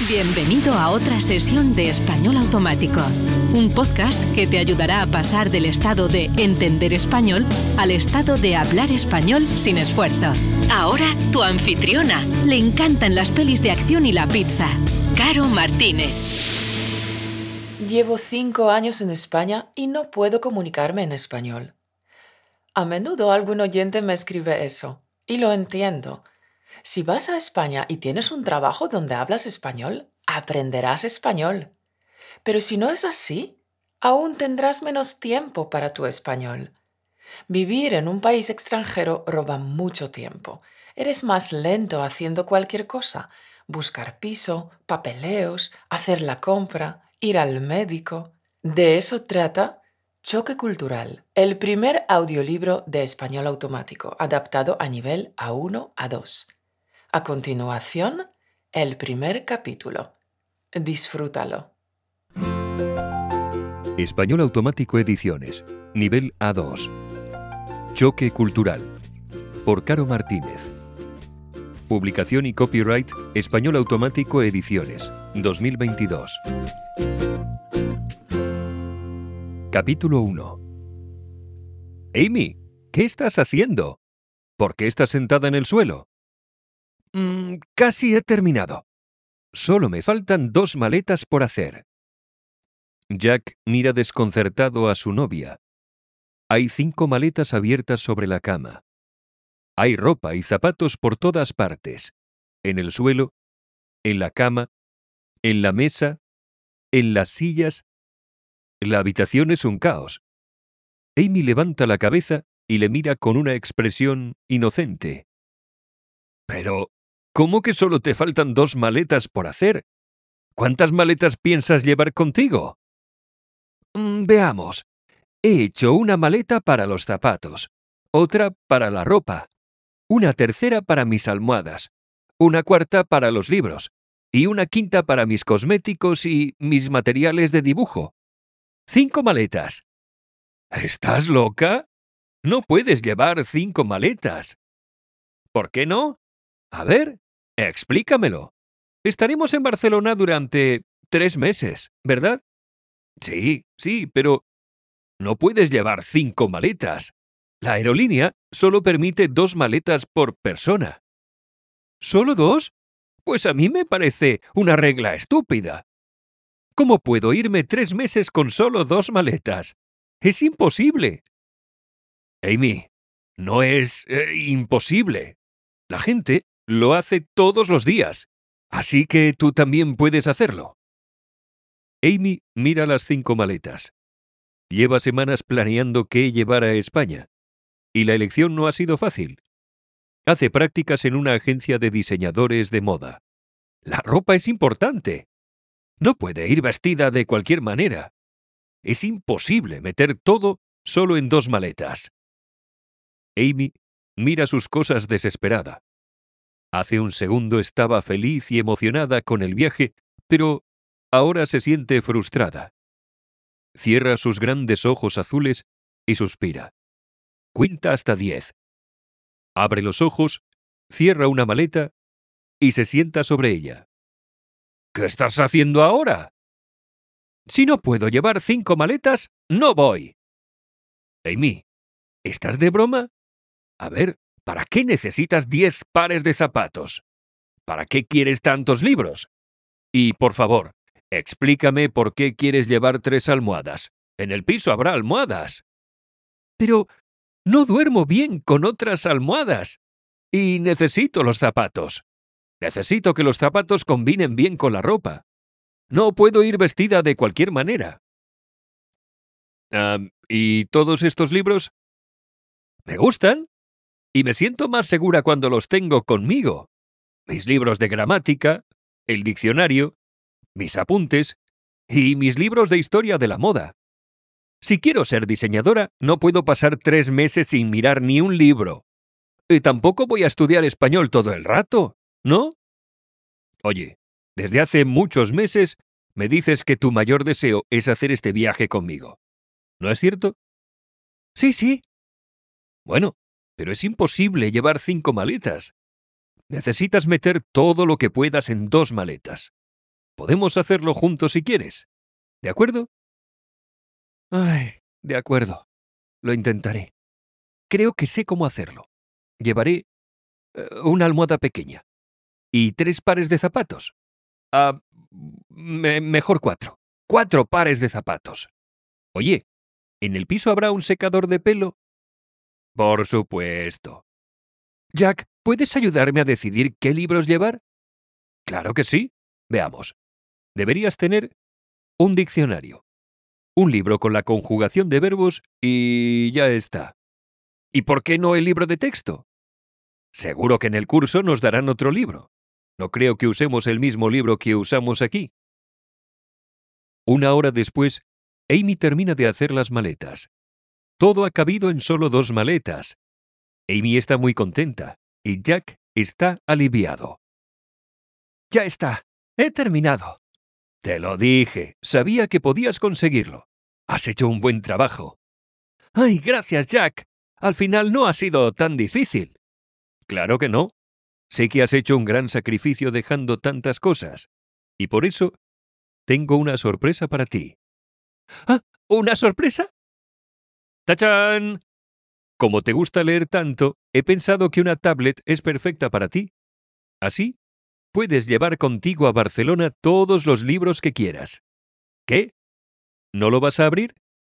Bienvenido a otra sesión de Español Automático, un podcast que te ayudará a pasar del estado de entender español al estado de hablar español sin esfuerzo. Ahora, tu anfitriona. Le encantan las pelis de acción y la pizza. Caro Martínez. Llevo 5 años en España y no puedo comunicarme en español. A menudo algún oyente me escribe eso, y lo entiendo. Si vas a España y tienes un trabajo donde hablas español, aprenderás español. Pero si no es así, aún tendrás menos tiempo para tu español. Vivir en un país extranjero roba mucho tiempo. Eres más lento haciendo cualquier cosa. Buscar piso, papeleos, hacer la compra, ir al médico. De eso trata Choque Cultural, el primer audiolibro de español automático, adaptado a nivel A1 a 2. A continuación, el primer capítulo. Disfrútalo. Español Automático Ediciones, nivel A2. Choque Cultural, por Caro Martínez. Publicación y copyright Español Automático Ediciones, 2022. Capítulo 1. Amy, ¿qué estás haciendo? ¿Por qué estás sentada en el suelo? Casi he terminado. Solo me faltan 2 maletas por hacer. Jack mira desconcertado a su novia. Hay 5 maletas abiertas sobre la cama. Hay ropa y zapatos por todas partes. En el suelo, en la cama, en la mesa, en las sillas. La habitación es un caos. Amy levanta la cabeza y le mira con una expresión inocente. Pero, ¿cómo que solo te faltan 2 maletas por hacer? ¿Cuántas maletas piensas llevar contigo? Veamos. He hecho una maleta para los zapatos, otra para la ropa, una tercera para mis almohadas, una cuarta para los libros y una quinta para mis cosméticos y mis materiales de dibujo. 5 maletas. ¿Estás loca? No puedes llevar 5 maletas. ¿Por qué no? A ver, explícamelo. Estaremos en Barcelona durante 3 meses, ¿verdad? Sí, pero no puedes llevar 5 maletas. La aerolínea solo permite 2 maletas por persona. ¿Solo 2? Pues a mí me parece una regla estúpida. ¿Cómo puedo irme 3 meses con solo 2 maletas? Es imposible. Amy, no es imposible. La gente lo hace todos los días, así que tú también puedes hacerlo. Amy mira las 5 maletas. Lleva semanas planeando qué llevar a España, y la elección no ha sido fácil. Hace prácticas en una agencia de diseñadores de moda. La ropa es importante. No puede ir vestida de cualquier manera. Es imposible meter todo solo en 2 maletas. Amy mira sus cosas desesperada. Hace un segundo estaba feliz y emocionada con el viaje, pero ahora se siente frustrada. Cierra sus grandes ojos azules y suspira. Cuenta hasta 10. Abre los ojos, cierra una maleta y se sienta sobre ella. ¿Qué estás haciendo ahora? Si no puedo llevar 5 maletas, no voy. Amy, ¿estás de broma? A ver, ¿para qué necesitas 10 pares de zapatos? ¿Para qué quieres tantos libros? Y, por favor, explícame por qué quieres llevar 3 almohadas. En el piso habrá almohadas. Pero no duermo bien con otras almohadas. Y necesito los zapatos. Necesito que los zapatos combinen bien con la ropa. No puedo ir vestida de cualquier manera. ¿Y todos estos libros? Me gustan. Y me siento más segura cuando los tengo conmigo. Mis libros de gramática, el diccionario, mis apuntes y mis libros de historia de la moda. Si quiero ser diseñadora, no puedo pasar 3 meses sin mirar ni un libro. Y tampoco voy a estudiar español todo el rato, ¿no? Oye, desde hace muchos meses me dices que tu mayor deseo es hacer este viaje conmigo. ¿No es cierto? Sí. Bueno, pero es imposible llevar 5 maletas. Necesitas meter todo lo que puedas en 2 maletas. Podemos hacerlo juntos si quieres. ¿De acuerdo? Ay, de acuerdo. Lo intentaré. Creo que sé cómo hacerlo. Llevaré una almohada pequeña. ¿Y 3 pares de zapatos? Mejor 4. 4 pares de zapatos. Oye, ¿en el piso habrá un secador de pelo? Por supuesto. Jack, ¿puedes ayudarme a decidir qué libros llevar? Claro que sí. Veamos. Deberías tener un diccionario, un libro con la conjugación de verbos y ya está. ¿Y por qué no el libro de texto? Seguro que en el curso nos darán otro libro. No creo que usemos el mismo libro que usamos aquí. 1 hora después, Amy termina de hacer las maletas. Todo ha cabido en solo 2 maletas. Amy está muy contenta y Jack está aliviado. Ya está, he terminado. Te lo dije, sabía que podías conseguirlo. Has hecho un buen trabajo. ¡Ay, gracias, Jack! Al final no ha sido tan difícil. Claro que no. Sé que has hecho un gran sacrificio dejando tantas cosas. Y por eso, tengo una sorpresa para ti. ¿Ah, una sorpresa? ¡Tachán! Como te gusta leer tanto, he pensado que una tablet es perfecta para ti. Así, puedes llevar contigo a Barcelona todos los libros que quieras. ¿Qué? ¿No lo vas a abrir?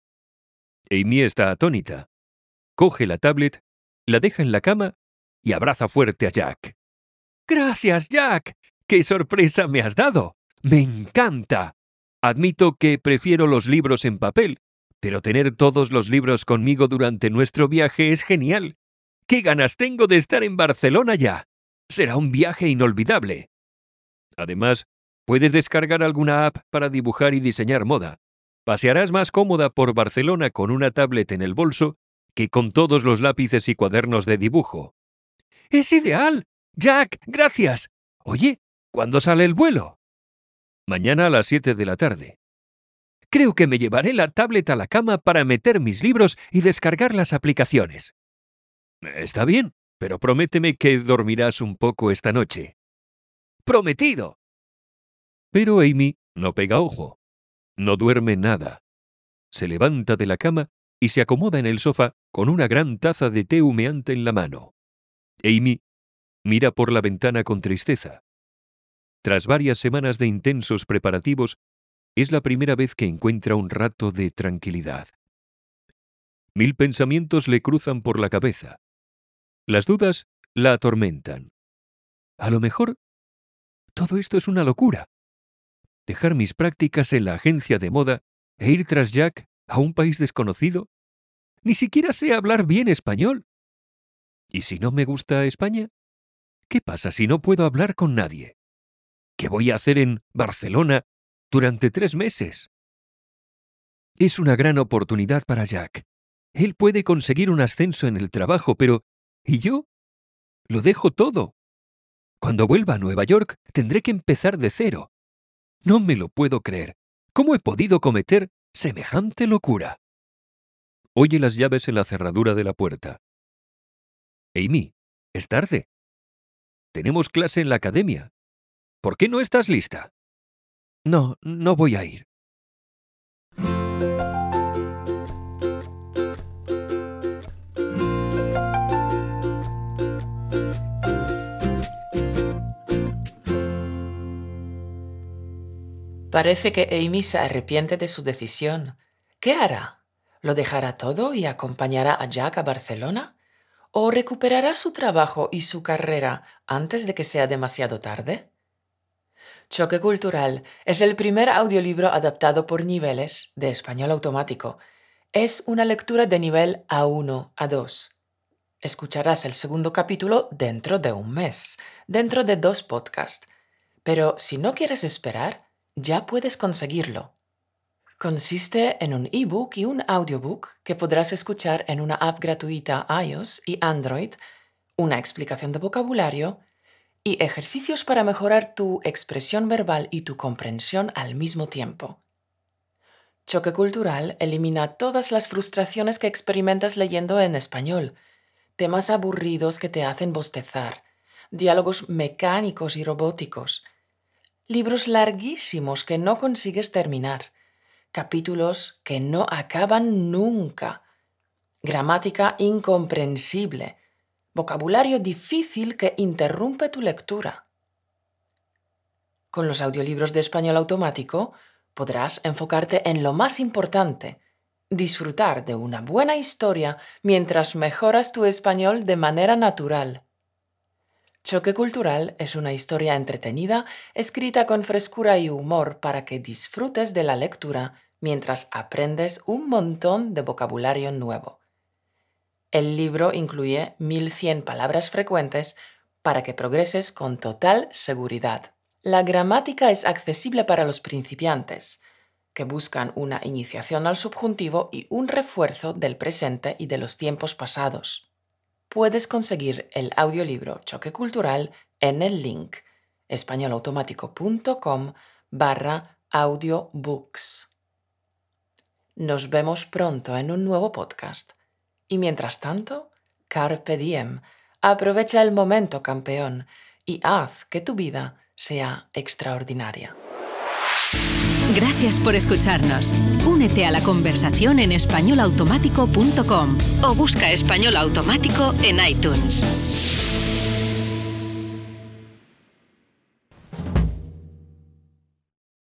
Amy está atónita. Coge la tablet, la deja en la cama y abraza fuerte a Jack. ¡Gracias, Jack! ¡Qué sorpresa me has dado! ¡Me encanta! Admito que prefiero los libros en papel, pero tener todos los libros conmigo durante nuestro viaje es genial. ¡Qué ganas tengo de estar en Barcelona ya! Será un viaje inolvidable. Además, puedes descargar alguna app para dibujar y diseñar moda. Pasearás más cómoda por Barcelona con una tablet en el bolso que con todos los lápices y cuadernos de dibujo. ¡Es ideal! Jack, gracias. Oye, ¿cuándo sale el vuelo? Mañana a las 7 de la tarde. Creo que me llevaré la tablet a la cama para meter mis libros y descargar las aplicaciones. Está bien, pero prométeme que dormirás un poco esta noche. ¡Prometido! Pero Amy no pega ojo. No duerme nada. Se levanta de la cama y se acomoda en el sofá con una gran taza de té humeante en la mano. Amy mira por la ventana con tristeza. Tras varias semanas de intensos preparativos, es la primera vez que encuentra un rato de tranquilidad. 1000 pensamientos le cruzan por la cabeza. Las dudas la atormentan. A lo mejor, todo esto es una locura. Dejar mis prácticas en la agencia de moda e ir tras Jack a un país desconocido. Ni siquiera sé hablar bien español. ¿Y si no me gusta España? ¿Qué pasa si no puedo hablar con nadie? ¿Qué voy a hacer en Barcelona durante 3 meses? Es una gran oportunidad para Jack. Él puede conseguir un ascenso en el trabajo, pero ¿y yo? Lo dejo todo. Cuando vuelva a Nueva York, tendré que empezar de cero. No me lo puedo creer. ¿Cómo he podido cometer semejante locura? Oye las llaves en la cerradura de la puerta. Amy, es tarde. Tenemos clase en la academia. ¿Por qué no estás lista? No, no voy a ir. Parece que Amy se arrepiente de su decisión. ¿Qué hará? ¿Lo dejará todo y acompañará a Jack a Barcelona? ¿O recuperará su trabajo y su carrera antes de que sea demasiado tarde? Choque Cultural es el primer audiolibro adaptado por Niveles de español automático. Es una lectura de nivel A1 a 2. Escucharás el segundo capítulo dentro de un mes, dentro de 2 podcasts. Pero si no quieres esperar, ya puedes conseguirlo. Consiste en un ebook y un audiobook que podrás escuchar en una app gratuita iOS y Android, una explicación de vocabulario y ejercicios para mejorar tu expresión verbal y tu comprensión al mismo tiempo. Choque Cultural elimina todas las frustraciones que experimentas leyendo en español, temas aburridos que te hacen bostezar, diálogos mecánicos y robóticos. libros larguísimos que no consigues terminar, capítulos que no acaban nunca, gramática incomprensible, vocabulario difícil que interrumpe tu lectura. Con los audiolibros de Español Automático podrás enfocarte en lo más importante, disfrutar de una buena historia mientras mejoras tu español de manera natural. Choque Cultural es una historia entretenida, escrita con frescura y humor para que disfrutes de la lectura mientras aprendes un montón de vocabulario nuevo. El libro incluye 1100 palabras frecuentes para que progreses con total seguridad. La gramática es accesible para los principiantes, que buscan una iniciación al subjuntivo y un refuerzo del presente y de los tiempos pasados. Puedes conseguir el audiolibro Choque Cultural en el link españolautomático.com/audiobooks. Nos vemos pronto en un nuevo podcast. Y mientras tanto, carpe diem, aprovecha el momento, campeón, y haz que tu vida sea extraordinaria. Gracias por escucharnos. Únete a la conversación en españolautomático.com o busca Español Automático en iTunes.